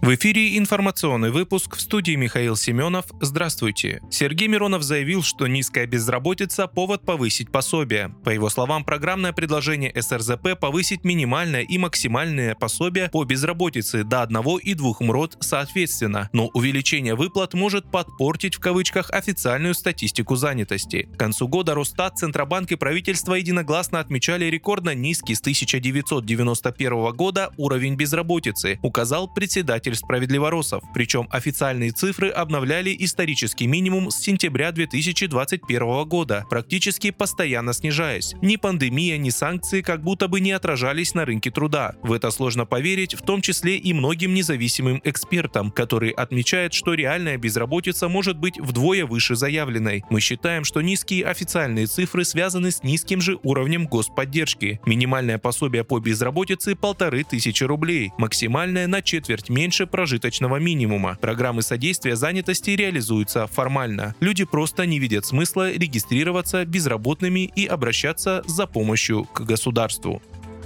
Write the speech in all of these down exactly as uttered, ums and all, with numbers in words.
В эфире информационный выпуск, в студии Михаил Семенов. Здравствуйте. Сергей Миронов заявил, что низкая безработица – повод повысить пособие. По его словам, программное предложение эс эр зэ пэ повысить минимальное и максимальное пособие по безработице до одного и двух МРОТ соответственно, но увеличение выплат может подпортить в кавычках официальную статистику занятости. К концу года Росстат, Центробанк и правительство единогласно отмечали рекордно низкий с тысяча девятьсот девяносто первого года уровень безработицы, указал председатель Справедливоросов. Причем официальные цифры обновляли исторический минимум с сентября две тысячи двадцать первого года, практически постоянно снижаясь. Ни пандемия, ни санкции как будто бы не отражались на рынке труда. В это сложно поверить, в том числе и многим независимым экспертам, которые отмечают, что реальная безработица может быть вдвое выше заявленной. Мы считаем, что низкие официальные цифры связаны с низким же уровнем господдержки. Минимальное пособие по безработице – полторы тысячи рублей, максимальное на четверть меньше прожиточного минимума. Программы содействия занятости реализуются формально. Люди просто не видят смысла регистрироваться безработными и обращаться за помощью к государству.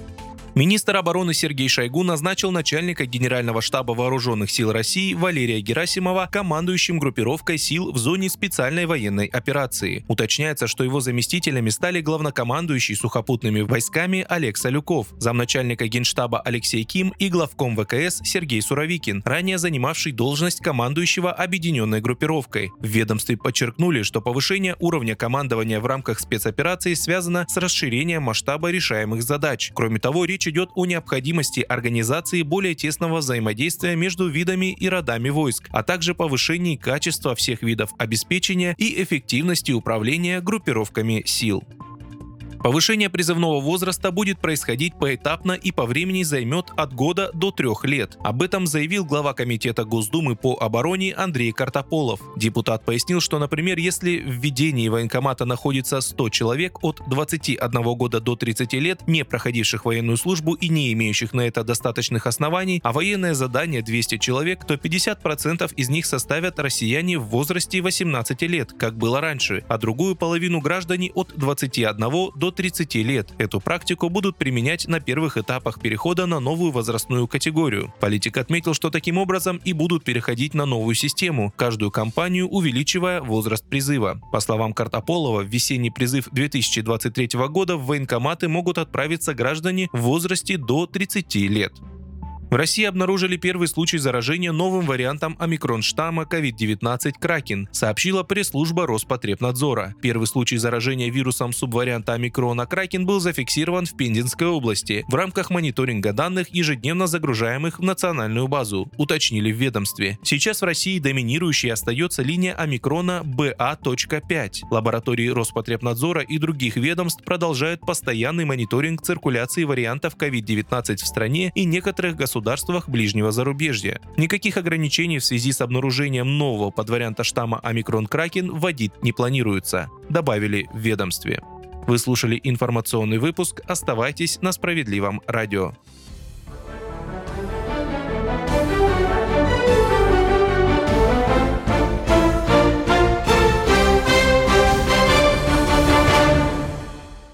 Министр обороны Сергей Шойгу назначил начальника Генерального штаба Вооруженных сил России Валерия Герасимова командующим группировкой сил в зоне специальной военной операции. Уточняется, что его заместителями стали главнокомандующий сухопутными войсками Олег Салюков, замначальника Генштаба Алексей Ким и главком вэ ка эс Сергей Суровикин, ранее занимавший должность командующего объединенной группировкой. В ведомстве подчеркнули, что повышение уровня командования в рамках спецоперации связано с расширением масштаба решаемых задач. Кроме того, речь идет о необходимости организации более тесного взаимодействия между видами и родами войск, а также повышении качества всех видов обеспечения и эффективности управления группировками сил. Повышение призывного возраста будет происходить поэтапно и по времени займет от года до трех лет. Об этом заявил глава Комитета Госдумы по обороне Андрей Картополов. Депутат пояснил, что, например, если в ведении военкомата находится сто человек от двадцати одного года до тридцати лет, не проходивших военную службу и не имеющих на это достаточных оснований, а военное задание двести человек, то пятьдесят процентов из них составят россияне в возрасте восемнадцати лет, как было раньше, а другую половину граждане от двадцати одного до тридцати лет. Эту практику будут применять на первых этапах перехода на новую возрастную категорию. Политик отметил, что таким образом и будут переходить на новую систему, каждую кампанию увеличивая возраст призыва. По словам Картополова, в весенний призыв две тысячи двадцать третьего года в военкоматы могут отправиться граждане в возрасте до тридцати лет. В России обнаружили первый случай заражения новым вариантом омикрон-штамма ковид девятнадцать «Кракен», сообщила пресс-служба Роспотребнадзора. Первый случай заражения вирусом субварианта омикрона «Кракен» был зафиксирован в Пензенской области в рамках мониторинга данных, ежедневно загружаемых в национальную базу, уточнили в ведомстве. Сейчас в России доминирующей остается линия омикрона бэ а точка пять. Лаборатории Роспотребнадзора и других ведомств продолжают постоянный мониторинг циркуляции вариантов ковид девятнадцать в стране и некоторых государствах государствах ближнего зарубежья. Никаких ограничений в связи с обнаружением нового подварианта штамма омикрон-Кракен вводить не планируется, добавили в ведомстве. Вы слушали информационный выпуск. Оставайтесь на Справедливом радио.